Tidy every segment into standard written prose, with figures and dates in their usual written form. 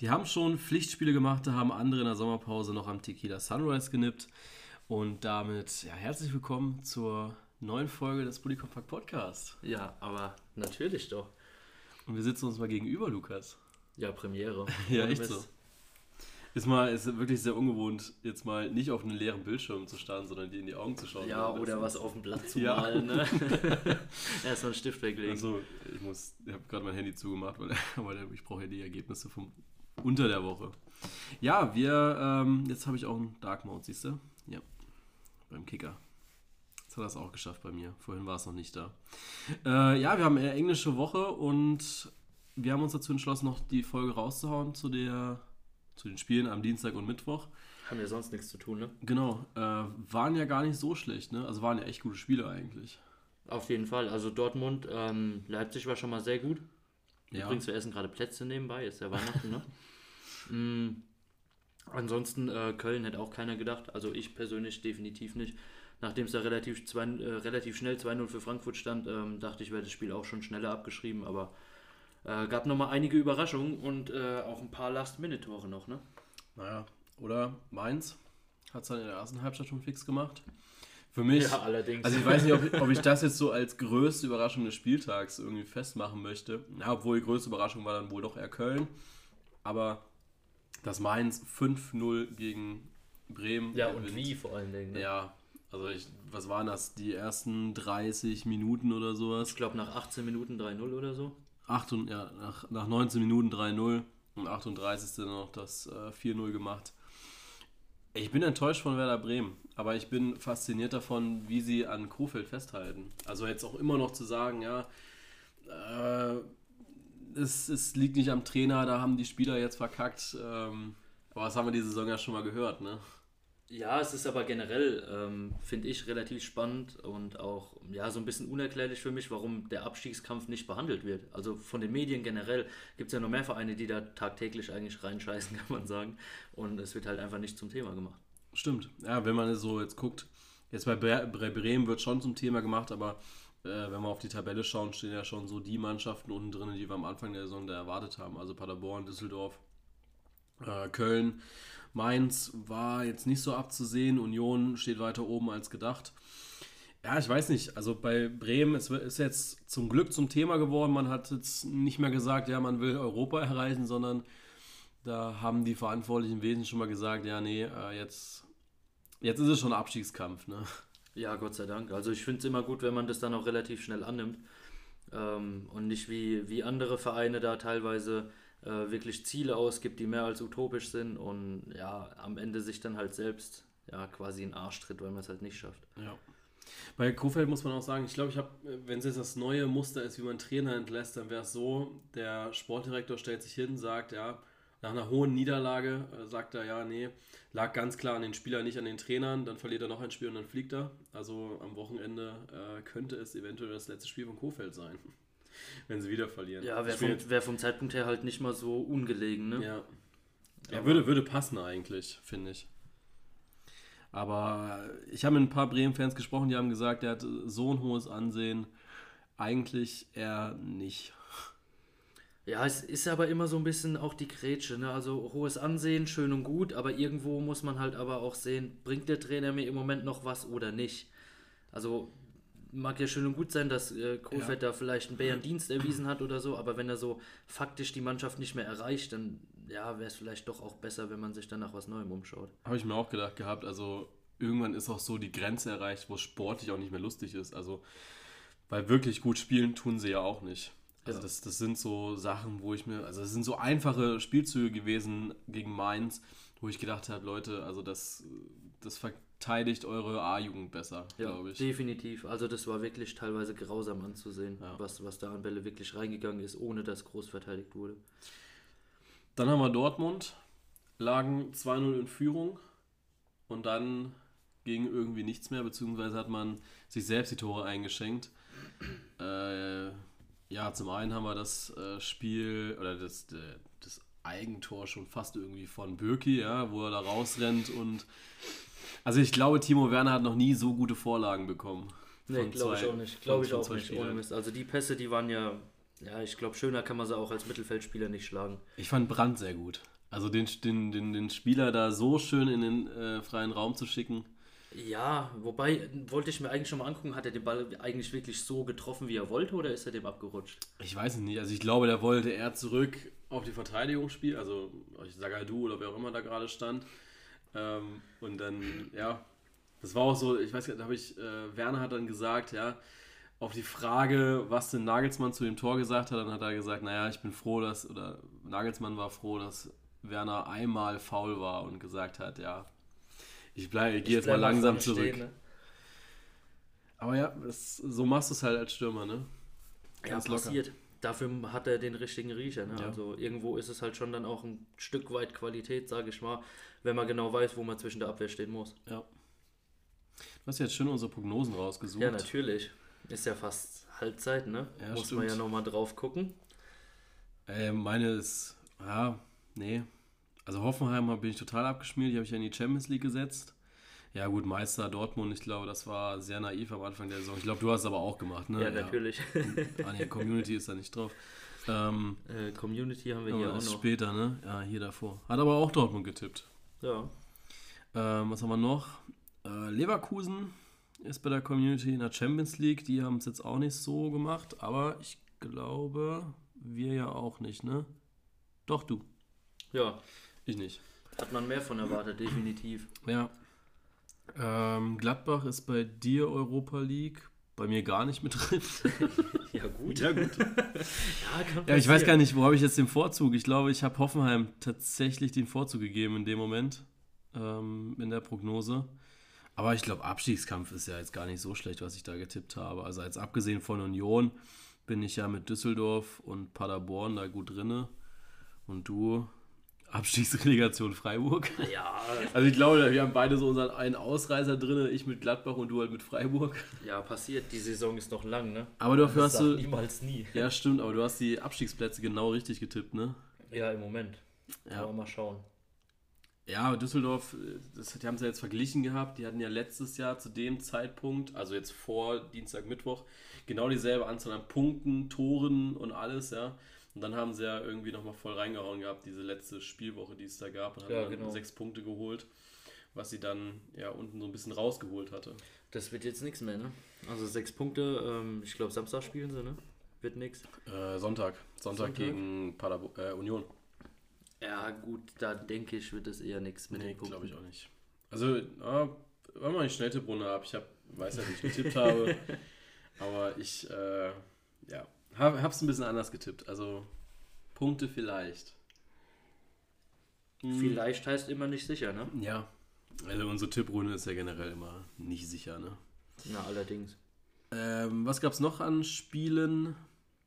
Die haben schon Pflichtspiele gemacht, da haben andere in der Sommerpause noch am Tequila Sunrise genippt. Und damit herzlich willkommen zur neuen Folge des Bully Compact Podcast. Ja, aber natürlich doch. Und wir sitzen uns mal gegenüber, Lukas. Ja, Premiere. Ja, echt so. Ist wirklich sehr ungewohnt, jetzt mal nicht auf einen leeren Bildschirm zu starren, sondern dir in die Augen zu schauen. Ja, oder was auf dem Blatt zu malen. Ne? Erstmal einen Stift weglegen. Also, ich habe gerade mein Handy zugemacht, weil ich brauche ja die Ergebnisse von unter der Woche. Ja, jetzt habe ich auch einen Dark Mode, siehst du? Ja, beim Kicker. Jetzt hat er es auch geschafft bei mir. Vorhin war es noch nicht da. Wir haben eine englische Woche und wir haben uns dazu entschlossen, noch die Folge rauszuhauen zu den Spielen am Dienstag und Mittwoch. Haben ja sonst nichts zu tun, ne? Genau. Waren ja gar nicht so schlecht, ne? Also waren ja echt gute Spiele eigentlich. Auf jeden Fall. Also Dortmund, Leipzig war schon mal sehr gut. Ja. Übrigens, wir essen gerade Plätzchen nebenbei. Ist ja Weihnachten, ne? Ansonsten, Köln hätte auch keiner gedacht. Also ich persönlich definitiv nicht. Nachdem es da relativ schnell 2-0 für Frankfurt stand, dachte ich, wäre das Spiel auch schon schneller abgeschrieben. Aber gab nochmal einige Überraschungen und auch ein paar Last-Minute-Tore noch, ne? Naja, oder Mainz hat es dann in der ersten Halbzeit schon fix gemacht. Für mich, ja, allerdings. Also ich weiß nicht, ob ich das jetzt so als größte Überraschung des Spieltags irgendwie festmachen möchte. Ja, obwohl die größte Überraschung war dann wohl doch eher Köln. Aber das Mainz 5-0 gegen Bremen. Ja, gewinnt. Und wie vor allen Dingen. Ne? Ja, also was waren das? Die ersten 30 Minuten oder sowas? Ich glaube nach 18 Minuten 3-0 oder so. Nach 19 Minuten 3-0 und 38. dann noch das 4-0 gemacht. Ich bin enttäuscht von Werder Bremen, aber ich bin fasziniert davon, wie sie an Kohfeldt festhalten. Also jetzt auch immer noch zu sagen, es liegt nicht am Trainer, da haben die Spieler jetzt verkackt. Aber das haben wir diese Saison ja schon mal gehört, ne? Ja, es ist aber generell, finde ich, relativ spannend und auch so ein bisschen unerklärlich für mich, warum der Abstiegskampf nicht behandelt wird. Also von den Medien generell gibt es ja noch mehr Vereine, die da tagtäglich eigentlich reinscheißen, kann man sagen. Und es wird halt einfach nicht zum Thema gemacht. Stimmt. Ja, wenn man so jetzt guckt, jetzt bei Bremen wird schon zum Thema gemacht, aber wenn wir auf die Tabelle schauen, stehen ja schon so die Mannschaften unten drin, die wir am Anfang der Saison da erwartet haben. Also Paderborn, Düsseldorf, Köln. Mainz war jetzt nicht so abzusehen, Union steht weiter oben als gedacht. Ja, ich weiß nicht, also bei Bremen ist jetzt zum Glück zum Thema geworden, man hat jetzt nicht mehr gesagt, ja, man will Europa erreichen, sondern da haben die Verantwortlichen im Wesentlichen schon mal gesagt, ja, nee, jetzt ist es schon Abstiegskampf, ne? Ja, Gott sei Dank. Also ich finde es immer gut, wenn man das dann auch relativ schnell annimmt und nicht wie andere Vereine da teilweise wirklich Ziele ausgibt, die mehr als utopisch sind und am Ende sich dann halt selbst quasi in den Arsch tritt, weil man es halt nicht schafft. Ja. Bei Kohfeldt muss man auch sagen, ich glaube, wenn es jetzt das neue Muster ist, wie man Trainer entlässt, dann wäre es so, der Sportdirektor stellt sich hin, sagt, nach einer hohen Niederlage, sagt er, lag ganz klar an den Spielern, nicht an den Trainern, dann verliert er noch ein Spiel und dann fliegt er. Also am Wochenende könnte es eventuell das letzte Spiel von Kohfeldt sein. Wenn sie wieder verlieren. Ja, wäre vom Zeitpunkt her halt nicht mal so ungelegen, ne? Ja, würde passen eigentlich, finde ich. Aber ich habe mit ein paar Bremen-Fans gesprochen, die haben gesagt, er hat so ein hohes Ansehen. Eigentlich eher nicht. Ja, es ist aber immer so ein bisschen auch die Grätsche, ne? Also hohes Ansehen, schön und gut, aber irgendwo muss man halt aber auch sehen, bringt der Trainer mir im Moment noch was oder nicht? Also mag ja schön und gut sein, dass Kohfeldt da vielleicht einen Bärendienst erwiesen hat oder so, aber wenn er so faktisch die Mannschaft nicht mehr erreicht, dann wäre es vielleicht doch auch besser, wenn man sich dann nach was Neuem umschaut. Habe ich mir auch gedacht gehabt, also irgendwann ist auch so die Grenze erreicht, wo es sportlich auch nicht mehr lustig ist, also weil wirklich gut spielen tun sie ja auch nicht. Also das sind so Sachen, das sind so einfache Spielzüge gewesen gegen Mainz, wo ich gedacht habe, Leute, also das verteidigt eure A-Jugend besser, glaube ich. Ja, definitiv. Also das war wirklich teilweise grausam anzusehen, was da an Bälle wirklich reingegangen ist, ohne dass groß verteidigt wurde. Dann haben wir Dortmund, lagen 2-0 in Führung und dann ging irgendwie nichts mehr, beziehungsweise hat man sich selbst die Tore eingeschenkt. Zum einen haben wir das Spiel oder das Eigentor schon fast irgendwie von Bürki, wo er da rausrennt und also ich glaube, Timo Werner hat noch nie so gute Vorlagen bekommen. Nee, glaube ich auch nicht. Ohne Mist. Also die Pässe, die waren ja Ja, ich glaube, schöner kann man sie auch als Mittelfeldspieler nicht schlagen. Ich fand Brandt sehr gut. Also den Spieler da so schön in den freien Raum zu schicken. Ja, wobei, wollte ich mir eigentlich schon mal angucken, hat er den Ball eigentlich wirklich so getroffen, wie er wollte, oder ist er dem abgerutscht? Ich weiß es nicht. Also ich glaube, der wollte eher zurück auf die Verteidigung spielen. Also Zagadou oder wer auch immer da gerade stand. Und dann, ja, das war auch so, ich weiß gar nicht, da habe ich, Werner hat dann gesagt, ja, auf die Frage, was denn Nagelsmann zu dem Tor gesagt hat, dann hat er gesagt, naja, ich bin froh, oder Nagelsmann war froh, dass Werner einmal faul war und gesagt hat, ja, ich gehe jetzt mal langsam zurück. Stehen, ne? Aber ja, so machst du es halt als Stürmer, ne? Ganz ja, passiert. Locker. Dafür hat er den richtigen Riecher. Ne? Ja. Also irgendwo ist es halt schon dann auch ein Stück weit Qualität, sage ich mal, wenn man genau weiß, wo man zwischen der Abwehr stehen muss. Ja. Du hast jetzt schön unsere Prognosen rausgesucht. Ja, natürlich. Ist ja fast Halbzeit, ne? Ja, muss stimmt. Man ja nochmal drauf gucken. Meine ist, nee. Also Hoffenheim bin ich total abgeschmiert, die habe ich ja in die Champions League gesetzt. Ja gut, Meister Dortmund, ich glaube, das war sehr naiv am Anfang der Saison. Ich glaube, du hast es aber auch gemacht, ne? Ja, natürlich. Nee, Community ist da nicht drauf. Community haben wir hier auch noch. Später, ne? Ja, hier davor. Hat aber auch Dortmund getippt. Ja. Was haben wir noch? Leverkusen ist bei der Community in der Champions League. Die haben es jetzt auch nicht so gemacht, aber ich glaube, wir ja auch nicht, ne? Doch, du. Ja. Ich nicht. Hat man mehr von erwartet, definitiv. Ja. Gladbach ist bei dir Europa League, bei mir gar nicht mit drin. Ja, gut. Ja, gut. Ja, ich weiß gar nicht, wo habe ich jetzt den Vorzug? Ich glaube, ich habe Hoffenheim tatsächlich den Vorzug gegeben in dem Moment, in der Prognose. Aber ich glaube, Abstiegskampf ist ja jetzt gar nicht so schlecht, was ich da getippt habe. Also jetzt abgesehen von Union bin ich ja mit Düsseldorf und Paderborn da gut drinne. Und du... Abstiegsrelegation Freiburg. Ja. Also ich glaube, wir haben beide so unseren einen Ausreißer drin, ich mit Gladbach und du halt mit Freiburg. Ja, passiert. Die Saison ist noch lang, ne? Aber dafür hast du... niemals nie. Ja, stimmt, aber du hast die Abstiegsplätze genau richtig getippt, ne? Ja, im Moment. Ja. Aber mal schauen. Ja, Düsseldorf, die haben es ja jetzt verglichen gehabt. Die hatten ja letztes Jahr zu dem Zeitpunkt, also jetzt vor Dienstag, Mittwoch, genau dieselbe Anzahl an Punkten, Toren und alles, ja. Und dann haben sie ja irgendwie nochmal voll reingehauen gehabt, diese letzte Spielwoche, die es da gab. Und haben dann 6 Punkte geholt, was sie dann ja unten so ein bisschen rausgeholt hatte. Das wird jetzt nichts mehr, ne? Also 6 Punkte, ich glaube Samstag spielen sie, ne? Wird nichts. Sonntag gegen Union. Ja gut, da denke ich, wird es eher nichts mit den Punkten. Glaube ich auch nicht. Also, wenn man eine Schnelltipprunde habe, weiß ja, wie ich getippt habe, aber ich, hab's ein bisschen anders getippt. Also, Punkte vielleicht. Vielleicht heißt immer nicht sicher, ne? Ja. Also, unsere Tipprunde ist ja generell immer nicht sicher, ne? Na, allerdings. Was gab's noch an Spielen?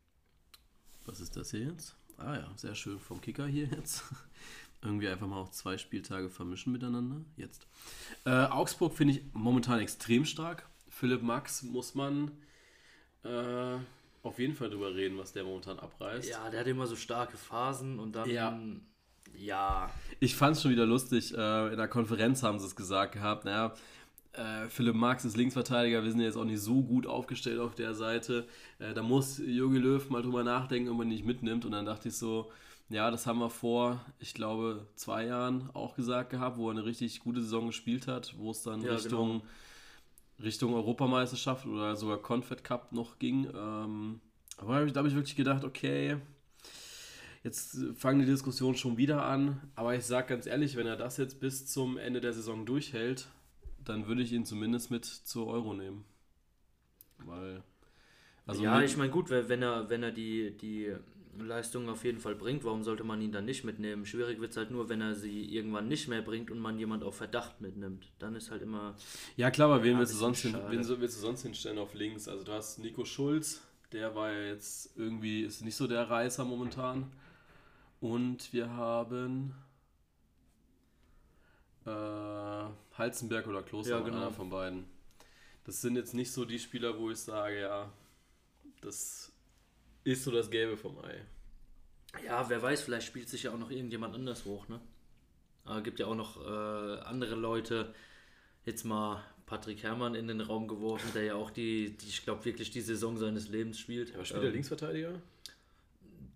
Was ist das hier jetzt? Ah ja, sehr schön vom Kicker hier jetzt. Irgendwie einfach mal auch 2 Spieltage vermischen miteinander. Jetzt. Augsburg finde ich momentan extrem stark. Philipp Max muss man auf jeden Fall drüber reden, was der momentan abreißt. Ja, der hat immer so starke Phasen und dann... Ja. Ich fand es schon wieder lustig. In der Konferenz haben sie es gesagt gehabt. Naja, Philipp Max ist Linksverteidiger, wir sind jetzt auch nicht so gut aufgestellt auf der Seite. Da muss Jogi Löw mal drüber nachdenken, ob man ihn nicht mitnimmt. Und dann dachte ich so, ja, das haben wir vor, ich glaube, 2 Jahren auch gesagt gehabt, wo er eine richtig gute Saison gespielt hat, wo es dann Richtung Europameisterschaft oder sogar Confed Cup noch ging. Aber da habe ich wirklich gedacht, okay, jetzt fangen die Diskussionen schon wieder an. Aber ich sage ganz ehrlich, wenn er das jetzt bis zum Ende der Saison durchhält, dann würde ich ihn zumindest mit zur Euro nehmen. Weil, ich meine, gut, wenn er die Leistung auf jeden Fall bringt, warum sollte man ihn dann nicht mitnehmen? Schwierig wird es halt nur, wenn er sie irgendwann nicht mehr bringt und man jemand auf Verdacht mitnimmt. Dann ist halt immer... Ja klar, aber wen willst du sonst hinstellen auf links? Also du hast Nico Schulz, der war ja jetzt irgendwie, ist nicht so der Reißer momentan. Und wir haben... Halzenberg oder Kloster, einer von beiden. Das sind jetzt nicht so die Spieler, wo ich sage, ja, das ist so das Gelbe vom Ei. Ja, wer weiß, vielleicht spielt sich ja auch noch irgendjemand anders hoch, ne? Aber gibt ja auch noch andere Leute, jetzt mal Patrick Herrmann in den Raum geworfen, der ja auch ich glaube wirklich die Saison seines Lebens spielt. Ja, aber spielt er Linksverteidiger?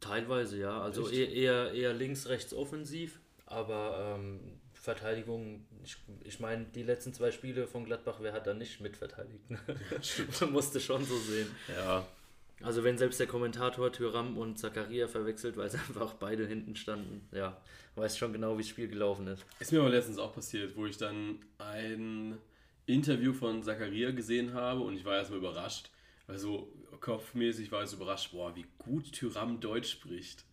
Teilweise, ja. Also Echt? eher links, rechts offensiv, aber Verteidigung, ich meine, die letzten 2 Spiele von Gladbach, wer hat da nicht mitverteidigt? Ne? Man musste schon so sehen. Ja, Also wenn selbst der Kommentator Thuram und Zakaria verwechselt, weil sie einfach beide hinten standen, ja, weiß schon genau, wie das Spiel gelaufen ist. ist mir aber letztens auch passiert, wo ich dann ein Interview von Zakaria gesehen habe und ich war erstmal überrascht. Also kopfmäßig war ich so überrascht, boah, wie gut Thuram Deutsch spricht.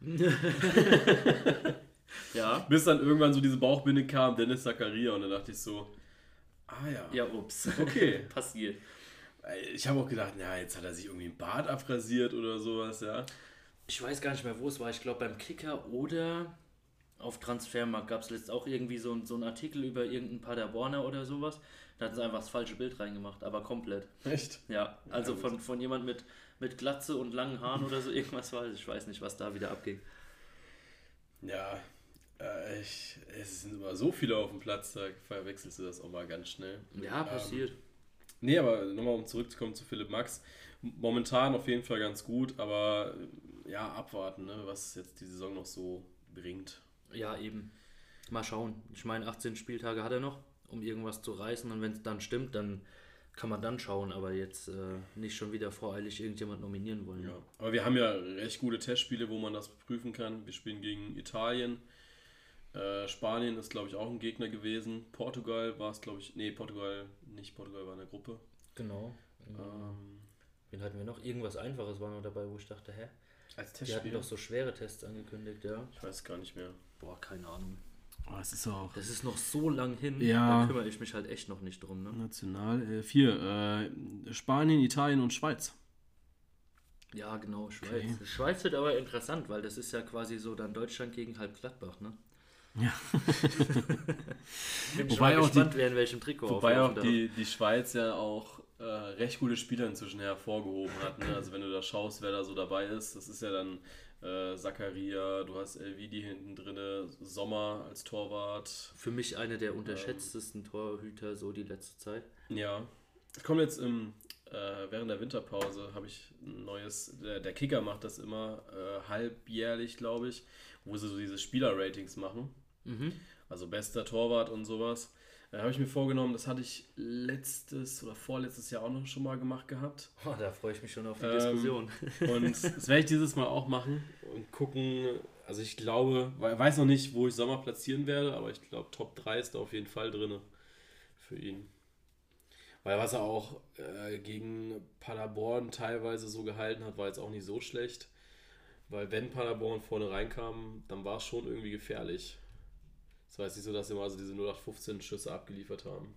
Ja. Bis dann irgendwann so diese Bauchbinde kam, Dennis Zakaria, und dann dachte ich so, ah ja, Ja, ups. okay. Passiert. Ich habe auch gedacht, na, jetzt hat er sich irgendwie einen Bart abrasiert oder sowas, ja. Ich weiß gar nicht mehr, wo es war. Ich glaube beim Kicker oder auf Transfermarkt gab es letztens auch irgendwie so einen Artikel über irgendeinen Paderborner oder sowas. Da hatten sie einfach das falsche Bild reingemacht, aber komplett. Echt? Ja, also Ja, von jemand mit Glatze und langen Haaren oder so irgendwas war. Ich weiß nicht, was da wieder abging. Ja, es sind immer so viele auf dem Platz, da verwechselst du das auch mal ganz schnell. Ja, passiert. Nee, aber nochmal um zurückzukommen zu Philipp Max. Momentan auf jeden Fall ganz gut, aber ja, abwarten, ne, was jetzt die Saison noch so bringt. Ja, eben. Mal schauen. Ich meine, 18 Spieltage hat er noch, um irgendwas zu reißen. Und wenn es dann stimmt, dann kann man dann schauen. Aber jetzt nicht schon wieder voreilig irgendjemand nominieren wollen. Ja. Aber wir haben ja recht gute Testspiele, wo man das prüfen kann. Wir spielen gegen Italien. Spanien ist, glaube ich, auch ein Gegner gewesen. Portugal war es, glaube ich. Nee, Portugal war in der Gruppe. Genau. Wen hatten wir noch? Irgendwas Einfaches war noch dabei, wo ich dachte, hä? Als Die hatten Testspiel? doch so schwere Tests angekündigt, ja. Ich weiß gar nicht mehr. Boah, keine Ahnung. Oh, es ist auch Das ist noch so lang hin, Ja. da kümmere ich mich halt echt noch nicht drum, ne? national. 4. Spanien, Italien und Schweiz. Ja, genau, Schweiz. Okay. Schweiz wird aber interessant, weil das ist ja quasi so dann Deutschland gegen halb Gladbach, ne? Ja. Bin Wobei schon mal auch gespannt, wer in welchem Trikot Wobei auch auflaufen darf. die Schweiz ja auch recht gute Spieler inzwischen hervorgehoben hat. Ne? Also wenn du da schaust, wer da so dabei ist, das ist ja dann Zakaria, du hast Elvidi hinten drin, Sommer als Torwart. Für mich einer der unterschätztesten Torhüter so die letzte Zeit. Ja, es kommt jetzt während der Winterpause, habe ich ein neues, der Kicker macht das immer halbjährlich, glaube ich, wo sie so diese Spieler-Ratings machen. Also bester Torwart und sowas. Habe ich mir vorgenommen, das hatte ich letztes oder vorletztes Jahr auch noch schon mal gemacht gehabt. Oh, da freue ich mich schon auf die Diskussion. Und das werde ich dieses Mal auch machen und gucken. Also ich glaube, weiß noch nicht, wo ich Sommer platzieren werde, aber ich glaube, Top 3 ist da auf jeden Fall drin für ihn. Weil was er auch gegen Paderborn teilweise so gehalten hat, war jetzt auch nicht so schlecht. Weil wenn Paderborn vorne reinkam, dann war es schon irgendwie gefährlich. Das war jetzt nicht so, dass sie mal so diese 0815 Schüsse abgeliefert haben.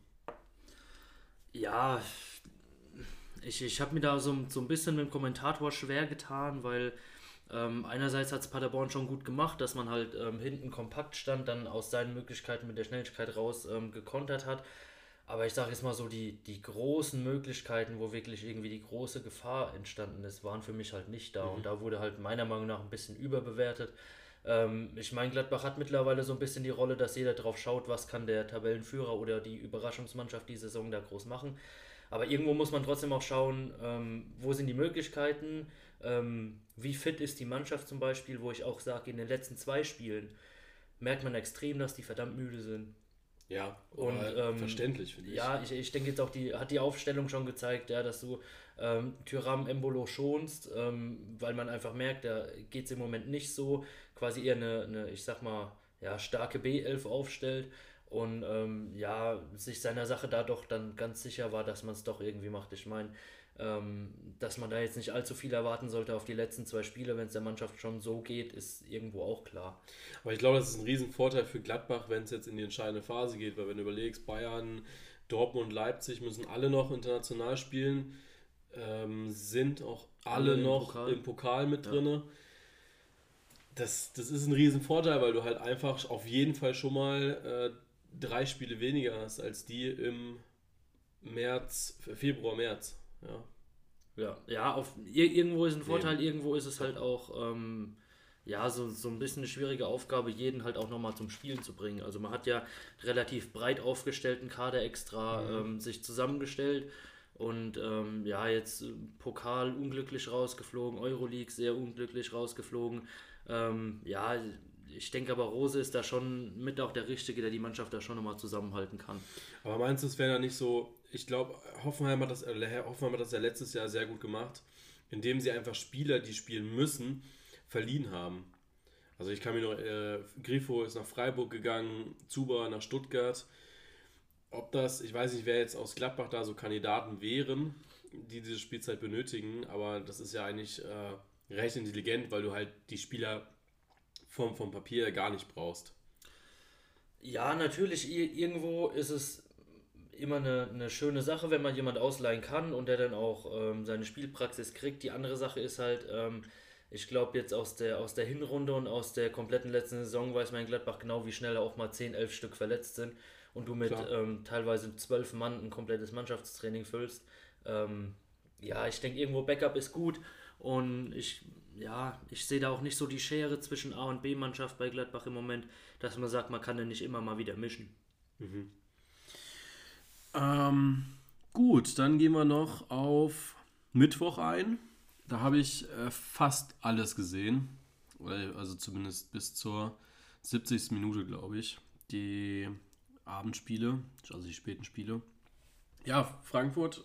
Ja, ich habe mir da so ein bisschen mit dem Kommentator schwer getan, weil einerseits hat es Paderborn schon gut gemacht, dass man halt hinten kompakt stand, dann aus seinen Möglichkeiten mit der Schnelligkeit raus gekontert hat. Aber ich sage jetzt mal so, die großen Möglichkeiten, wo wirklich irgendwie die große Gefahr entstanden ist, waren für mich halt nicht da. Und da wurde halt meiner Meinung nach ein bisschen überbewertet. Ich meine, Gladbach hat mittlerweile so ein bisschen die Rolle, dass jeder drauf schaut, was kann der Tabellenführer oder die Überraschungsmannschaft die Saison da groß machen. Aber irgendwo muss man trotzdem auch schauen, wo sind die Möglichkeiten, wie fit ist die Mannschaft zum Beispiel, wo ich auch sage, in den letzten 2 Spielen merkt man extrem, dass die verdammt müde sind. Ja, Und verständlich, finde ich. Ja, ich denke jetzt auch, hat die Aufstellung schon gezeigt, ja, dass du Thuram Embolo schonst, weil man einfach merkt, da geht es im Moment nicht so, quasi eher eine, ich sag mal, ja, starke B11 aufstellt und ja, sich seiner Sache da doch dann ganz sicher war, dass man es doch irgendwie macht. Ich meine, dass man da jetzt nicht allzu viel erwarten sollte auf die letzten 2 Spiele, wenn es der Mannschaft schon so geht, ist irgendwo auch klar. Aber ich glaube, das ist ein Riesenvorteil für Gladbach, wenn es jetzt in die entscheidende Phase geht, weil wenn du überlegst, Bayern, Dortmund und Leipzig müssen alle noch international spielen, sind auch alle noch im Pokal mit drin. Das ist ein Riesenvorteil, weil du halt einfach auf jeden Fall schon mal 3 Spiele weniger hast als die im Februar, März. Ja, irgendwo ist ein Vorteil, irgendwo ist es halt auch ja, so ein bisschen eine schwierige Aufgabe, jeden halt auch nochmal zum Spielen zu bringen. Also man hat ja relativ breit aufgestellten Kader extra sich zusammengestellt. Und jetzt Pokal unglücklich rausgeflogen, Euroleague sehr unglücklich rausgeflogen. Ich denke aber, Rose ist da schon mit auch der Richtige, der die Mannschaft da schon nochmal zusammenhalten kann. Aber meinst du, es wäre da nicht so, ich glaube, Hoffenheim hat das ja letztes Jahr sehr gut gemacht, indem sie einfach Spieler, die spielen müssen, verliehen haben. Also ich kann mir noch, Grifo ist nach Freiburg gegangen, Zuber nach Stuttgart. Ich weiß nicht, wer jetzt aus Gladbach da so Kandidaten wären, die diese Spielzeit benötigen, aber das ist ja eigentlich recht intelligent, weil du halt die Spieler vom Papier gar nicht brauchst. Ja, natürlich, irgendwo ist es immer eine schöne Sache, wenn man jemand ausleihen kann und der dann auch seine Spielpraxis kriegt. Die andere Sache ist halt, ich glaube jetzt aus der Hinrunde und aus der kompletten letzten Saison weiß man in Gladbach genau, wie schnell auch mal 10, 11 Stück verletzt sind und du mit teilweise 12 Mann ein komplettes Mannschaftstraining füllst. Ich denke, irgendwo Backup ist gut und ich sehe da auch nicht so die Schere zwischen A- und B-Mannschaft bei Gladbach im Moment, dass man sagt, man kann den nicht immer mal wieder mischen. Ähm, gut, dann gehen wir noch auf Mittwoch ein. Da habe ich fast alles gesehen. Also zumindest bis zur 70. Minute, glaube ich. Die Abendspiele, also die späten Spiele. Ja, Frankfurt,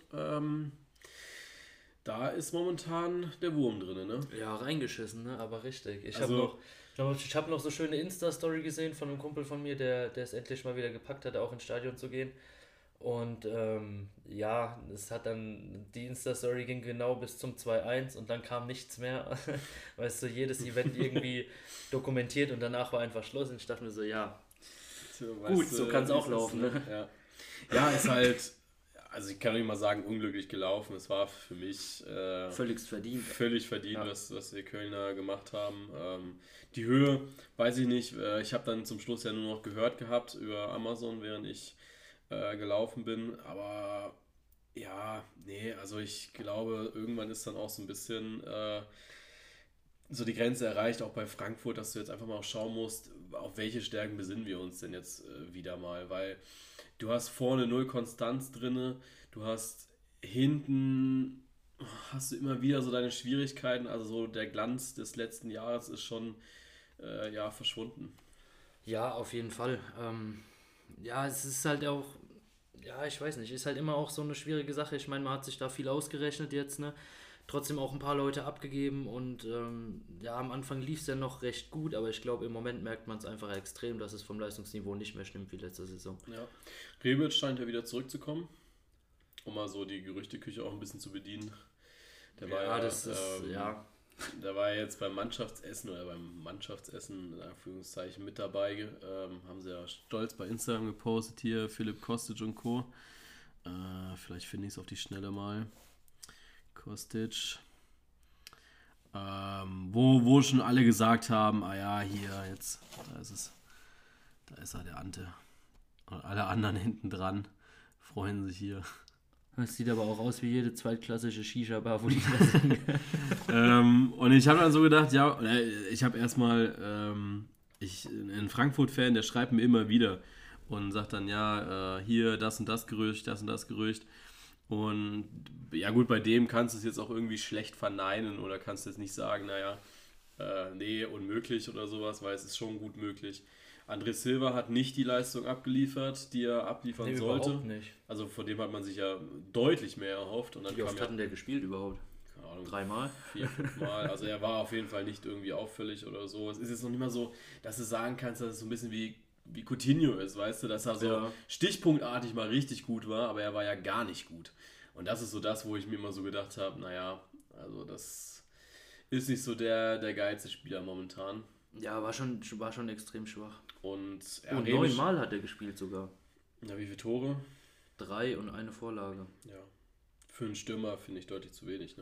da ist momentan der Wurm drin, ne? Ja, reingeschissen, ne? Aber richtig. Also, Ich hab noch so schöne Insta-Story gesehen von einem Kumpel von mir, der es endlich mal wieder gepackt hat, auch ins Stadion zu gehen. Und es hat dann, die Insta-Story ging genau bis zum 2:1 und dann kam nichts mehr. Weißt du, jedes Event irgendwie dokumentiert und danach war einfach Schluss. Und ich dachte mir so, ja, gut, so kann es auch laufen. Ne? Ja. Ja, ist halt, also ich kann nicht mal sagen, unglücklich gelaufen. Es war für mich Völligst verdient. völlig verdient, Ja. was die Kölner gemacht haben. Die Höhe, weiß ich nicht. Ich habe dann zum Schluss ja nur noch gehört gehabt über Amazon, während ich gelaufen bin. Aber ja, nee, also ich glaube, irgendwann ist dann auch so ein bisschen so die Grenze erreicht, auch bei Frankfurt, dass du jetzt einfach mal auch schauen musst, auf welche Stärken besinnen wir uns denn jetzt wieder mal, weil du hast vorne null Konstanz drinne, du hast hinten hast du immer wieder so deine Schwierigkeiten, also so der Glanz des letzten Jahres ist schon verschwunden. Ja, auf jeden Fall. Es ist halt auch, ich weiß nicht, ist halt immer auch so eine schwierige Sache. Ich meine, man hat sich da viel ausgerechnet jetzt, ne? Trotzdem auch ein paar Leute abgegeben und am Anfang lief es ja noch recht gut, aber ich glaube, im Moment merkt man es einfach extrem, dass es vom Leistungsniveau nicht mehr stimmt wie letzte Saison. Ja. Rebic scheint ja wieder zurückzukommen, um mal so die Gerüchteküche auch ein bisschen zu bedienen. Der war der war ja jetzt beim Mannschaftsessen in Anführungszeichen mit dabei. Haben sie ja stolz bei Instagram gepostet hier, Philipp Kostic und Co. Vielleicht finde ich es auf die Schnelle mal. Kostic. Wo schon alle gesagt haben, hier, jetzt, da ist es. Da ist er, der Ante. Und alle anderen hinten dran freuen sich hier. Das sieht aber auch aus wie jede zweitklassische Shisha-Bar, wo die da sind. Und ich habe dann so gedacht, ich habe erstmal, ein Frankfurt-Fan, der schreibt mir immer wieder und sagt dann, hier das und das Gerücht, das und das Gerücht. Und ja gut, bei dem kannst du es jetzt auch irgendwie schlecht verneinen oder kannst du jetzt nicht sagen, nee, unmöglich oder sowas, weil es ist schon gut möglich. André Silva hat nicht die Leistung abgeliefert, die er abliefern sollte. Überhaupt nicht. Also von dem hat man sich ja deutlich mehr erhofft. Und dann Wie oft hat denn der gespielt überhaupt? keine Ahnung, 3-mal? 4, 5 Mal. Also er war auf jeden Fall nicht irgendwie auffällig oder so. Es ist jetzt noch nicht mal so, dass du sagen kannst, dass es so ein bisschen wie Coutinho ist, weißt du, dass er so stichpunktartig mal richtig gut war, aber er war ja gar nicht gut. Und das ist so das, wo ich mir immer so gedacht habe, also das ist nicht so der geilste Spieler momentan. Ja, war schon extrem schwach. Und 9-mal hat er gespielt sogar. Ja, wie viele Tore? 3 und eine Vorlage. Ja. Für einen Stürmer finde ich deutlich zu wenig, ne?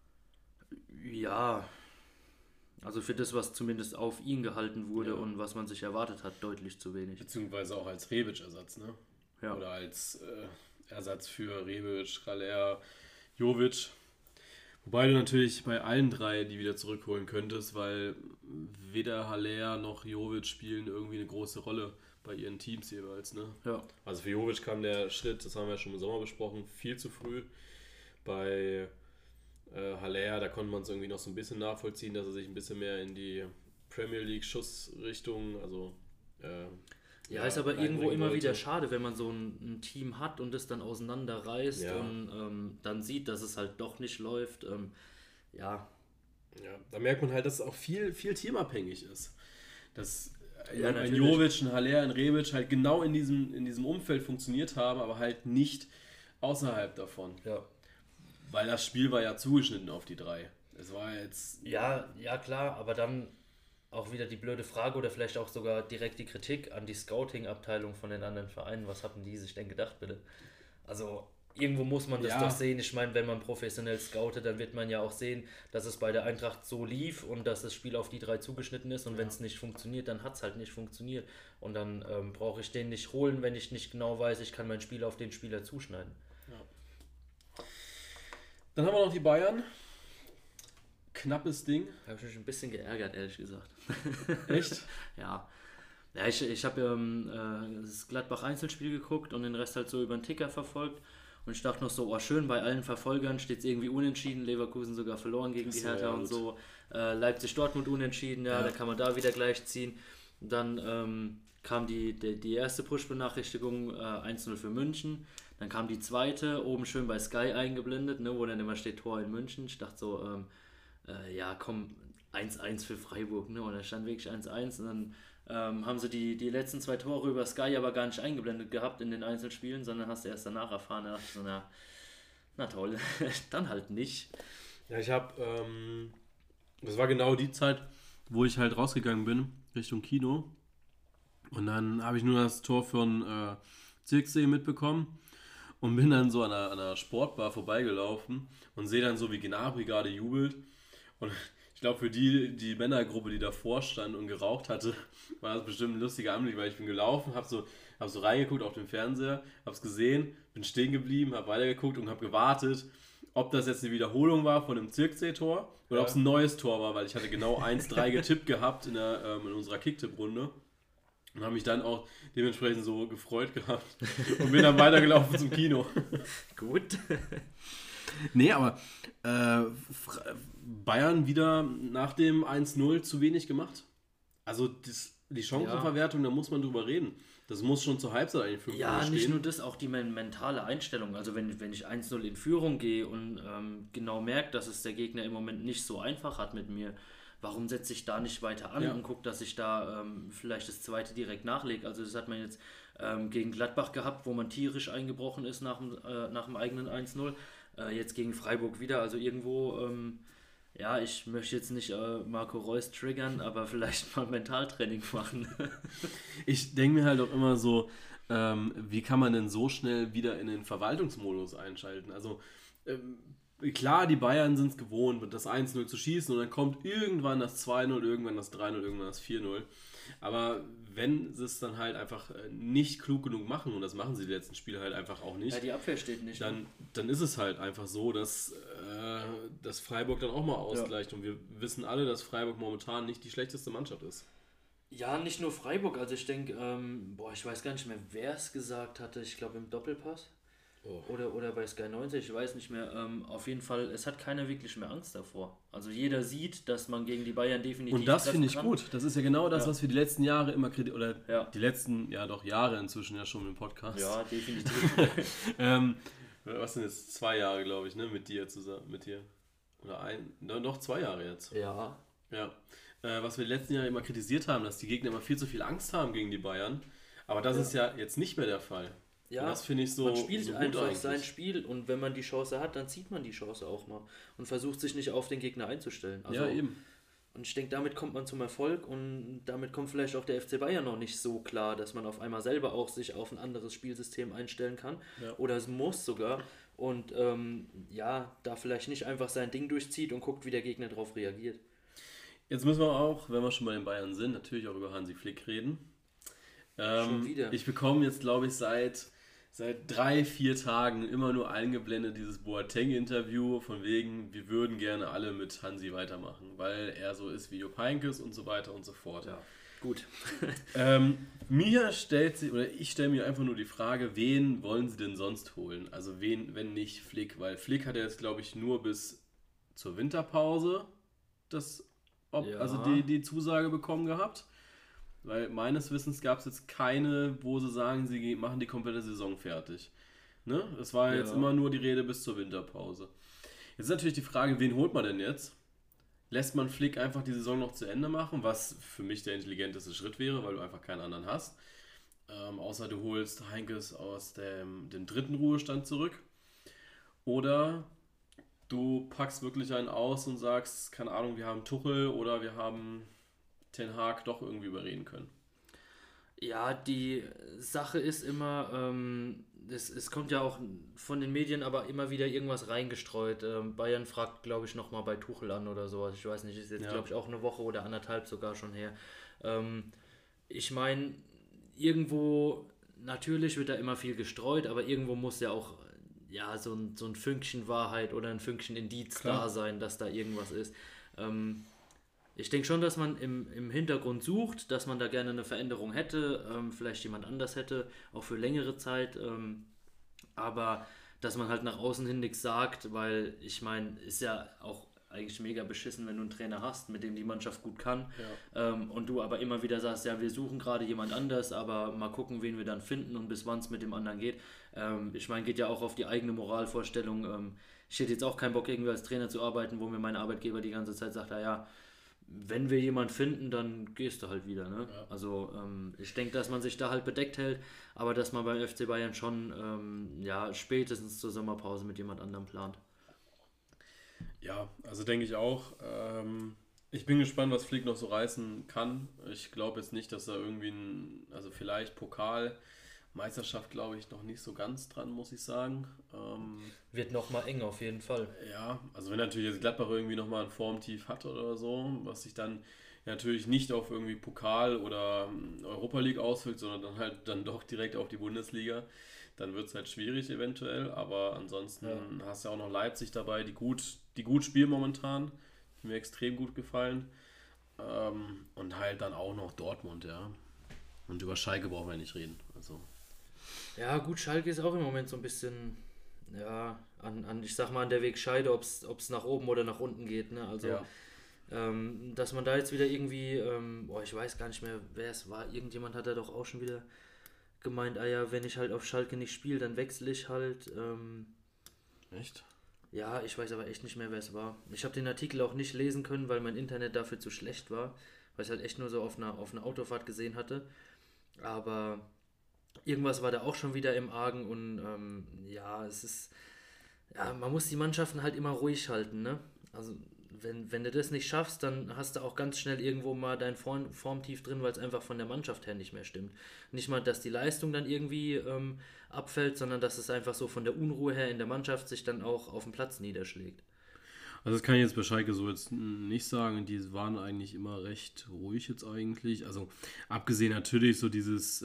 Ja, also für das, was zumindest auf ihn gehalten wurde Ja. und was man sich erwartet hat, deutlich zu wenig. Beziehungsweise auch als Rebic-Ersatz, ne? Ja. Oder als Ersatz für Rebic, Haller, Jovic. Wobei du natürlich bei allen drei die wieder zurückholen könntest, weil weder Haller noch Jovic spielen irgendwie eine große Rolle bei ihren Teams jeweils, ne? Ja. Also für Jovic kam der Schritt, das haben wir ja schon im Sommer besprochen, viel zu früh. Bei Haller, da konnte man es irgendwie noch so ein bisschen nachvollziehen, dass er sich ein bisschen mehr in die Premier League Schussrichtung, also ist aber irgendwo reinbringen immer wollte. wieder schade, wenn man so ein Team hat und es dann auseinanderreißt Ja. und dann sieht, dass es halt doch nicht läuft. Ja, da merkt man halt, dass es auch viel, viel teamabhängig ist. Dass Ja, ein natürlich. Jovic, ein Haller, ein Rebic halt genau in diesem Umfeld funktioniert haben, aber halt nicht außerhalb davon. Ja. Weil das Spiel war ja zugeschnitten auf die 3. Es war jetzt... Ja, klar, aber dann auch wieder die blöde Frage oder vielleicht auch sogar direkt die Kritik an die Scouting-Abteilung von den anderen Vereinen. Was hatten die sich denn gedacht, bitte? Also, irgendwo muss man das Ja. doch sehen. Ich meine, wenn man professionell scoutet, dann wird man ja auch sehen, dass es bei der Eintracht so lief und dass das Spiel auf die 3 zugeschnitten ist. Und wenn es nicht funktioniert, dann hat es halt nicht funktioniert. Und dann brauche ich den nicht holen, wenn ich nicht genau weiß, ich kann mein Spiel auf den Spieler zuschneiden. Dann haben wir noch die Bayern. Knappes Ding. Da habe ich mich ein bisschen geärgert, ehrlich gesagt. Echt? Ja. Ja, ich habe das Gladbach-Einzelspiel geguckt und den Rest halt so über den Ticker verfolgt. Und ich dachte noch so, oh schön, bei allen Verfolgern steht es irgendwie unentschieden. Leverkusen sogar verloren gegen die So, Hertha ja, und gut. so. Leipzig-Dortmund unentschieden, ja, da kann man da wieder gleich ziehen. Dann kam die erste Push-Benachrichtigung 1-0 für München. Dann kam die zweite, oben schön bei Sky eingeblendet, ne, wo dann immer steht Tor in München. Ich dachte so, ja komm, 1-1 für Freiburg, ne? Und da stand wirklich 1-1 und dann haben sie die letzten 2 Tore über Sky aber gar nicht eingeblendet gehabt in den Einzelspielen, sondern hast du erst danach erfahren. Da dachte ich so, na toll, dann halt nicht. Ja, ich habe... das war genau die Zeit, wo ich halt rausgegangen bin, Richtung Kino. Und dann habe ich nur das Tor von Zirksee mitbekommen und bin dann so an einer Sportbar vorbeigelaufen und sehe dann so, wie Gnabry gerade jubelt. Und ich glaube, für die Männergruppe, die davor stand und geraucht hatte, war das bestimmt ein lustiger Anblick, weil ich bin gelaufen, habe so reingeguckt auf den Fernseher, habe es gesehen, bin stehen geblieben, habe weitergeguckt und habe gewartet, ob das jetzt eine Wiederholung war von dem Zirksee-Tor oder ob es ein neues Tor war, weil ich hatte genau 1-3 getippt gehabt in unserer Kicktipp-Runde. Und habe mich dann auch dementsprechend so gefreut gehabt und bin dann weitergelaufen zum Kino. Gut. Nee, aber Bayern wieder nach dem 1-0 zu wenig gemacht. Also die Chancenverwertung, da muss man drüber reden. Das muss schon zur Halbzeit eigentlich 5 Ja, stehen. nicht nur das, auch die mentale Einstellung. Also wenn ich 1-0 in Führung gehe und genau merke, dass es der Gegner im Moment nicht so einfach hat mit mir, warum setze ich da nicht weiter an und gucke, dass ich da vielleicht das zweite direkt nachlege. Also das hat man jetzt gegen Gladbach gehabt, wo man tierisch eingebrochen ist nach dem eigenen 1-0. Jetzt gegen Freiburg wieder. Also irgendwo, ja, ich möchte jetzt nicht Marco Reus triggern, aber vielleicht mal Mentaltraining machen. Ich denke mir halt auch immer so, wie kann man denn so schnell wieder in den Verwaltungsmodus einschalten? Also klar, die Bayern sind es gewohnt, das 1-0 zu schießen und dann kommt irgendwann das 2-0, irgendwann das 3-0, irgendwann das 4-0. Aber wenn sie es dann halt einfach nicht klug genug machen, und das machen sie die letzten Spiele halt einfach auch nicht, Ja, die Abwehr steht nicht. dann ist es halt einfach so, dass Freiburg dann auch mal ausgleicht. Und wir wissen alle, dass Freiburg momentan nicht die schlechteste Mannschaft ist. Ja, nicht nur Freiburg. Also ich denke, ich weiß gar nicht mehr, wer es gesagt hatte. Ich glaube im Doppelpass. Oder bei Sky 90, ich weiß nicht mehr. Auf jeden Fall, es hat keiner wirklich mehr Angst davor. Also jeder sieht, dass man gegen die Bayern definitiv Und das treffen finde ich kann. gut. Das ist ja genau das, was wir die letzten Jahre immer Ja. die letzten, ja doch Jahre inzwischen ja schon im Podcast. Ja, definitiv. Was sind jetzt 2 Jahre, glaube ich, ne, mit dir zusammen, mit dir. Oder noch 2 Jahre jetzt. Ja. Ja. Was wir die letzten Jahre immer kritisiert haben, dass die Gegner immer viel zu viel Angst haben gegen die Bayern. Aber das ist ja jetzt nicht mehr der Fall. Ja, und das finde ich so man spielt so gut einfach eigentlich. sein Spiel und wenn man die Chance hat, dann zieht man die Chance auch mal und versucht sich nicht auf den Gegner einzustellen. Also, ja, eben. Und ich denke, damit kommt man zum Erfolg und damit kommt vielleicht auch der FC Bayern noch nicht so klar, dass man auf einmal selber auch sich auf ein anderes Spielsystem einstellen kann. Ja. Oder es muss sogar. Und da vielleicht nicht einfach sein Ding durchzieht und guckt, wie der Gegner darauf reagiert. Jetzt müssen wir auch, wenn wir schon bei den Bayern sind, natürlich auch über Hansi Flick reden. Schon wieder. Ich bekomme jetzt, glaube ich, seit 3-4 Tagen immer nur eingeblendet dieses Boateng-Interview von wegen, wir würden gerne alle mit Hansi weitermachen, weil er so ist wie Jupp Heynckes und so weiter und so fort. Ja, gut. Ich stelle mir einfach nur die Frage, wen wollen sie denn sonst holen? Also wen, wenn nicht Flick, weil Flick hat ja jetzt, glaube ich, nur bis zur Winterpause also Ja, die Zusage bekommen gehabt. Weil meines Wissens gab es jetzt keine, wo sie sagen, sie machen die komplette Saison fertig. Ne? Es war jetzt ja. immer nur die Rede bis zur Winterpause. Jetzt ist natürlich die Frage, wen holt man denn jetzt? Lässt man Flick einfach die Saison noch zu Ende machen, was für mich der intelligenteste Schritt wäre, weil du einfach keinen anderen hast. Außer du holst Heinkes aus dem dritten Ruhestand zurück. Oder du packst wirklich einen aus und sagst, keine Ahnung, wir haben Tuchel oder wir haben Ten Hag doch irgendwie überreden können. Ja, die Sache ist immer, es kommt ja auch von den Medien aber immer wieder irgendwas reingestreut. Bayern fragt, glaube ich, nochmal bei Tuchel an oder sowas. Ich weiß nicht, ist jetzt, Ja, glaube ich, auch eine Woche oder anderthalb sogar schon her. Ähm, Ich meine, irgendwo, natürlich wird da immer viel gestreut, aber irgendwo muss ja auch ja, so ein Fünkchen Wahrheit oder ein Fünkchen Indiz da klar. sein, dass da irgendwas ist. Ähm, Ich denke schon, dass man im Hintergrund sucht, dass man da gerne eine Veränderung hätte, vielleicht jemand anders hätte, auch für längere Zeit, aber dass man halt nach außen hin nichts sagt, weil ich meine, ist ja auch eigentlich mega beschissen, wenn du einen Trainer hast, mit dem die Mannschaft gut kann, Ja. und du aber immer wieder sagst, ja, wir suchen gerade jemand anders, aber mal gucken, wen wir dann finden und bis wann es mit dem anderen geht. Ich meine, geht ja auch auf die eigene Moralvorstellung. Ich hätte jetzt auch keinen Bock, irgendwie als Trainer zu arbeiten, wo mir mein Arbeitgeber die ganze Zeit sagt, ja, wenn wir jemanden finden, dann gehst du halt wieder. Ne? Ja. Also ich denke, dass man sich da halt bedeckt hält, aber dass man beim FC Bayern schon ja, spätestens zur Sommerpause mit jemand anderem plant. Ja, also denke ich auch. Ich bin gespannt, was Flick noch so reißen kann. Ich glaube jetzt nicht, dass er irgendwie also vielleicht Pokal, Meisterschaft glaube ich noch nicht so ganz dran, muss ich sagen. Wird nochmal eng auf jeden Fall. Ja, also wenn natürlich jetzt Gladbach irgendwie nochmal ein Formtief hat oder so, was sich dann ja natürlich nicht auf irgendwie Pokal oder Europa League auswirkt, sondern dann halt dann doch direkt auf die Bundesliga, dann wird es halt schwierig eventuell, aber ansonsten Ja. hast du ja auch noch Leipzig dabei, die gut spielen momentan, die mir extrem gut gefallen, und halt dann auch noch Dortmund, ja. Und über Schalke brauchen wir ja nicht reden, also Ja, gut, Schalke ist auch im Moment so ein bisschen, ja, ich sag mal, an der Wegscheide, ob es nach oben oder nach unten geht. Ne? Also, ja. dass man da jetzt wieder irgendwie, boah, ich weiß gar nicht mehr, wer es war. Irgendjemand hat da doch auch schon wieder gemeint, ja, wenn ich halt auf Schalke nicht spiele, dann wechsle ich halt. Echt? Ja, ich weiß aber echt nicht mehr, wer es war. Ich habe den Artikel auch nicht lesen können, weil mein Internet dafür zu schlecht war, weil ich halt echt nur so auf einer Autofahrt gesehen hatte. Aber irgendwas war da auch schon wieder im Argen und ja, ja, man muss die Mannschaften halt immer ruhig halten, ne? Also wenn du das nicht schaffst, dann hast du auch ganz schnell irgendwo mal dein Formtief drin, weil es einfach von der Mannschaft her nicht mehr stimmt. Nicht mal, dass die Leistung dann irgendwie abfällt, sondern dass es einfach so von der Unruhe her in der Mannschaft sich dann auch auf dem Platz niederschlägt. Also das kann ich jetzt bei Schalke so jetzt nicht sagen. Die waren eigentlich immer recht ruhig jetzt eigentlich. Also abgesehen natürlich so dieses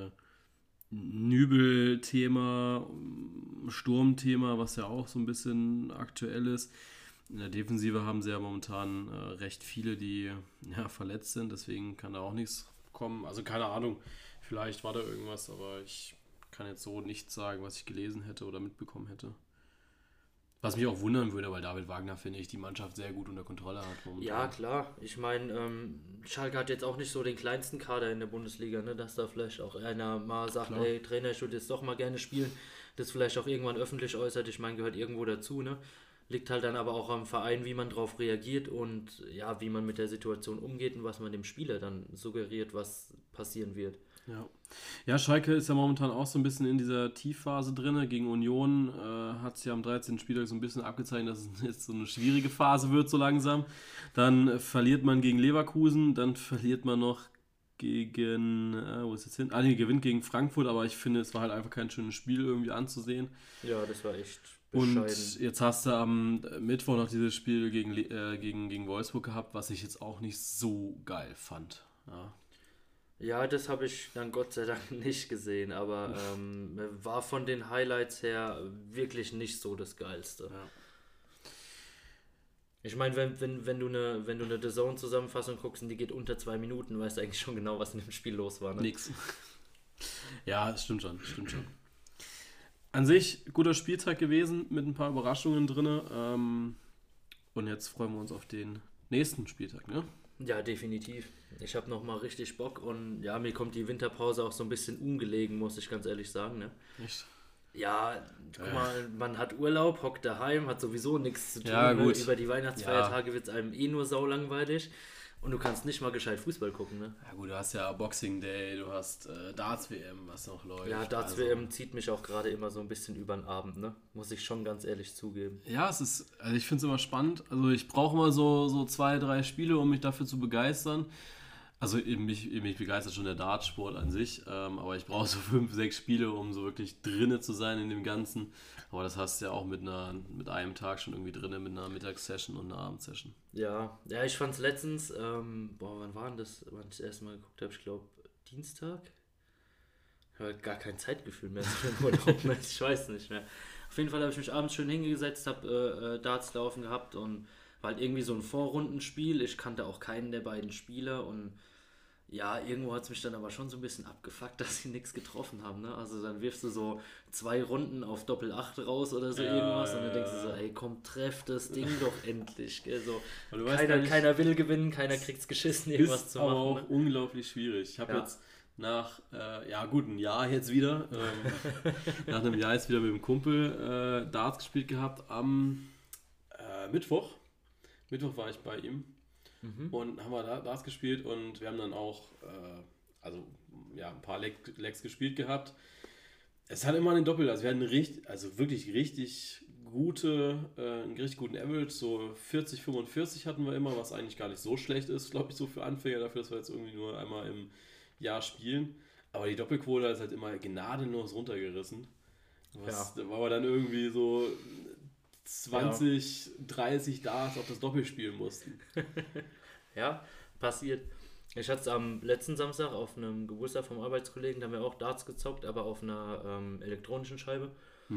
Nübel-Thema, Sturm-Thema, was ja auch so ein bisschen aktuell ist. In der Defensive haben sie ja momentan recht viele, die ja, verletzt sind. Deswegen kann da auch nichts kommen. Also keine Ahnung, vielleicht war da irgendwas, aber ich kann jetzt so nichts sagen, was ich gelesen hätte oder mitbekommen hätte. Was mich auch wundern würde, weil David Wagner, finde ich, die Mannschaft sehr gut unter Kontrolle hat Ja, momentan. klar. Ich meine, Schalke hat jetzt auch nicht so den kleinsten Kader in der Bundesliga, ne? Dass da vielleicht auch einer mal sagt, Klar. ey, Trainer, ich würde jetzt doch mal gerne spielen, das vielleicht auch irgendwann öffentlich äußert. Ich meine, gehört irgendwo dazu, ne? Liegt halt dann aber auch am Verein, wie man drauf reagiert und ja, wie man mit der Situation umgeht und was man dem Spieler dann suggeriert, was passieren wird. Ja. Ja, Schalke ist ja momentan auch so ein bisschen in dieser Tiefphase drin. Gegen Union hat es ja am 13. Spieltag so ein bisschen abgezeichnet, dass es jetzt so eine schwierige Phase wird, so langsam. Dann verliert man gegen Leverkusen, dann verliert man noch gegen, wo ist jetzt hin? Ah, nee, gewinnt gegen Frankfurt, aber ich finde, es war halt einfach kein schönes Spiel irgendwie anzusehen. Ja, das war echt bescheiden. Und jetzt hast du am Mittwoch noch dieses Spiel gegen Wolfsburg gehabt, was ich jetzt auch nicht so geil fand. Ja. Ja, das habe ich dann Gott sei Dank nicht gesehen, aber war von den Highlights her wirklich nicht so das Geilste. Ja. Ich meine, wenn du eine DAZN-Zusammenfassung guckst und die geht unter 2 Minuten, weißt du eigentlich schon genau, was in dem Spiel los war. Ne? Nix. Ja, das stimmt schon, stimmt schon. An sich guter Spieltag gewesen, mit ein paar Überraschungen drin. Und jetzt freuen wir uns auf den nächsten Spieltag, ne? Ja, definitiv. Ich habe nochmal richtig Bock und ja, mir kommt die Winterpause auch so ein bisschen ungelegen, muss ich ganz ehrlich sagen. Ne? Echt? Ja, guck mal, man hat Urlaub, hockt daheim, hat sowieso nichts zu tun. Ja, ne? gut. Über die Weihnachtsfeiertage wird es einem eh nur saulangweilig und du kannst nicht mal gescheit Fußball gucken. Ne? Ja gut, du hast ja Boxing Day, du hast Darts-WM, was noch läuft. Ja, Darts-WM zieht mich auch gerade immer so ein bisschen über den Abend, ne? Muss ich schon ganz ehrlich zugeben. Ja, also ich finde es immer spannend. Also ich brauche immer so 2, 3 Spiele, um mich dafür zu begeistern. Also mich begeistert schon der Dartsport an sich, aber ich brauche so 5, 6 Spiele, um so wirklich drinne zu sein in dem Ganzen. Aber das hast du ja auch mit einem Tag schon irgendwie drinne, mit einer Mittagssession und einer Abendsession. Ja, ich fand es letztens, wann war denn das, wann ich das erste Mal geguckt habe, ich glaube Dienstag? Ich habe gar kein Zeitgefühl mehr für den Urlaub, ne? Ich weiß nicht mehr. Auf jeden Fall habe ich mich abends schön hingesetzt, habe Darts laufen gehabt und war halt irgendwie so ein Vorrundenspiel. Ich kannte auch keinen der beiden Spieler und ja, irgendwo hat es mich dann aber schon so ein bisschen abgefuckt, dass sie nichts getroffen haben. Ne? Also dann wirfst du so 2 Runden auf Doppel-8 raus oder so irgendwas und dann denkst du so, ey komm, treff das Ding doch endlich. Gell? So, keiner will gewinnen, keiner kriegt's geschissen, irgendwas zu machen. Aber auch ne? unglaublich schwierig. Ich habe jetzt nach, ein Jahr jetzt wieder, nach einem Jahr jetzt wieder mit dem Kumpel Darts gespielt gehabt am Mittwoch. Mittwoch war ich bei ihm. Und haben wir Darts gespielt und wir haben dann auch ein paar Legs gespielt gehabt. Es hat immer einen Doppel, also wir hatten wirklich richtig einen richtig guten Average, so 40, 45 hatten wir immer, was eigentlich gar nicht so schlecht ist, glaube ich, so für Anfänger, dafür, dass wir jetzt irgendwie nur einmal im Jahr spielen. Aber die Doppelquote ist halt immer gnadenlos runtergerissen. Da war wir dann irgendwie so 20, 30 Darts auf das Doppel spielen mussten. Ja, passiert. Ich hatte es am letzten Samstag auf einem Geburtstag vom Arbeitskollegen, da haben wir auch Darts gezockt, aber auf einer elektronischen Scheibe.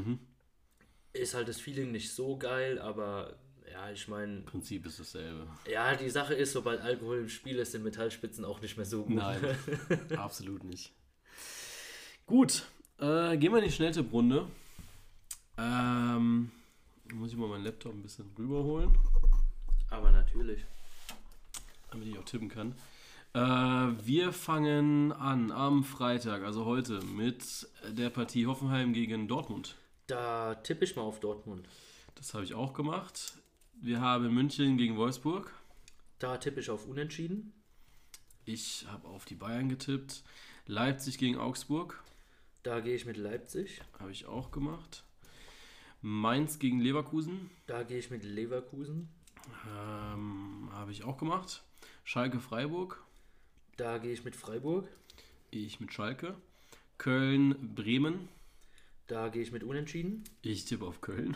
Ist halt das Feeling nicht so geil, aber ja, ich meine... Im Prinzip ist dasselbe. Ja, die Sache ist, sobald Alkohol im Spiel ist, sind Metallspitzen auch nicht mehr so gut. Nein, absolut nicht. Gut, gehen wir in die Schnelltipprunde. Muss ich mal meinen Laptop ein bisschen rüberholen. Aber natürlich. Damit ich auch tippen kann. Wir fangen an am Freitag, also heute, mit der Partie Hoffenheim gegen Dortmund. Da tippe ich mal auf Dortmund. Das habe ich auch gemacht. Wir haben München gegen Wolfsburg. Da tippe ich auf Unentschieden. Ich habe auf die Bayern getippt. Leipzig gegen Augsburg. Da gehe ich mit Leipzig. Habe ich auch gemacht. Mainz gegen Leverkusen. Da gehe ich mit Leverkusen. Habe ich auch gemacht. Schalke Freiburg. Da gehe ich mit Freiburg. Ich mit Schalke. Köln Bremen. Da gehe ich mit Unentschieden. Ich tippe auf Köln.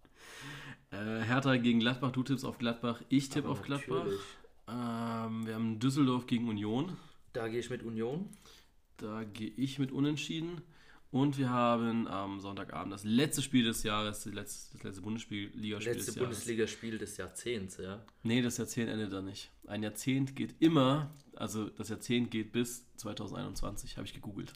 Hertha gegen Gladbach. Du tippst auf Gladbach. Ich tippe auf Gladbach. Wir haben Düsseldorf gegen Union. Da gehe ich mit Union. Da gehe ich mit Unentschieden. Und wir haben am Sonntagabend das letzte Spiel des Jahres, das letzte Bundesligaspiel des Jahres. Letzte Bundesligaspiel des Jahrzehnts, ja. Nee, das Jahrzehnt endet da nicht. Ein Jahrzehnt geht immer, also das Jahrzehnt geht bis 2021, habe ich gegoogelt.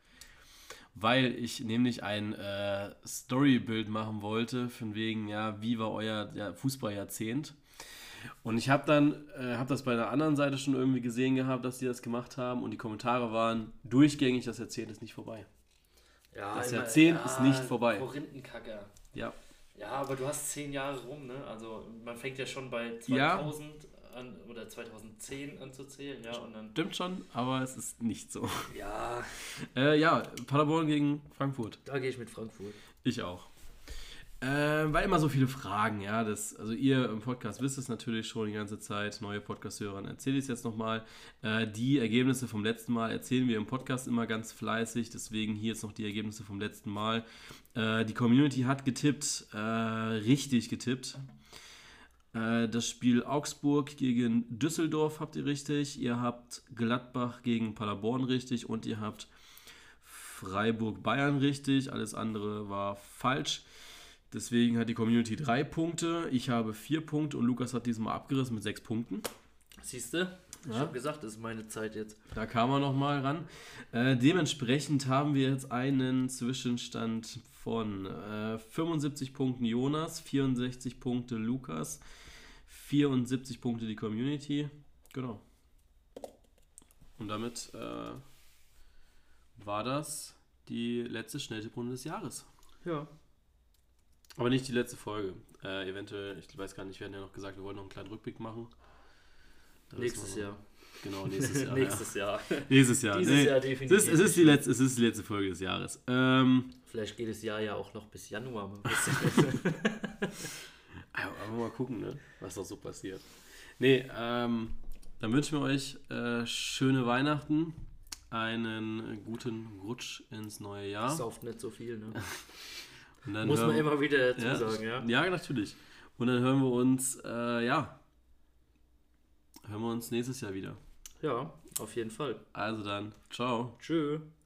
Weil ich nämlich ein Storybild machen wollte, von wegen, ja, wie war euer Fußballjahrzehnt? Und ich habe das bei einer anderen Seite schon irgendwie gesehen gehabt, dass die das gemacht haben und die Kommentare waren durchgängig, das Jahrzehnt ist nicht vorbei. Ja, das Jahrzehnt ist nicht vorbei. Korinthenkacker. Ja. Ja, aber du hast 10 Jahre rum, ne? Also man fängt ja schon bei 2000 an oder 2010 an zu zählen, ja. Und dann stimmt schon, aber es ist nicht so. Ja. Paderborn gegen Frankfurt. Da gehe ich mit Frankfurt. Ich auch. Weil immer so viele Fragen, ja. Also ihr im Podcast wisst es natürlich schon die ganze Zeit, neue Podcast-Hörern erzähle ich es jetzt nochmal. Die Ergebnisse vom letzten Mal erzählen wir im Podcast immer ganz fleißig, deswegen hier jetzt noch die Ergebnisse vom letzten Mal. Die Community hat getippt, richtig getippt. Das Spiel Augsburg gegen Düsseldorf habt ihr richtig, ihr habt Gladbach gegen Paderborn richtig und ihr habt Freiburg-Bayern richtig, alles andere war falsch. Deswegen hat die Community 3 Punkte, ich habe 4 Punkte und Lukas hat diesmal abgerissen mit 6 Punkten. Siehst du? Ich Ja. habe gesagt, das ist meine Zeit jetzt. Da kam er nochmal ran. Dementsprechend haben wir jetzt einen Zwischenstand von 75 Punkten Jonas, 64 Punkte Lukas, 74 Punkte die Community. Genau. Und damit war das die letzte Schnelltipprunde des Jahres. Ja. Aber nicht die letzte Folge. Eventuell, ich weiß gar nicht, wir hatten ja noch gesagt, wir wollen noch einen kleinen Rückblick machen. Da Nächstes Jahr. Genau, nächstes Jahr. Nächstes Jahr. Nächstes Jahr. Dieses Jahr definitiv. Es ist die letzte Folge des Jahres. Vielleicht geht das Jahr ja auch noch bis Januar. Man weiß ja nicht. Aber mal gucken, ne? Was noch so passiert. Nee, dann wünschen wir euch schöne Weihnachten, einen guten Rutsch ins neue Jahr. Sauft nicht so viel, ne? Und dann Muss man immer wieder dazu sagen, ja? Ja, natürlich. Und dann hören wir uns, nächstes Jahr wieder. Ja, auf jeden Fall. Also dann, ciao. Tschö.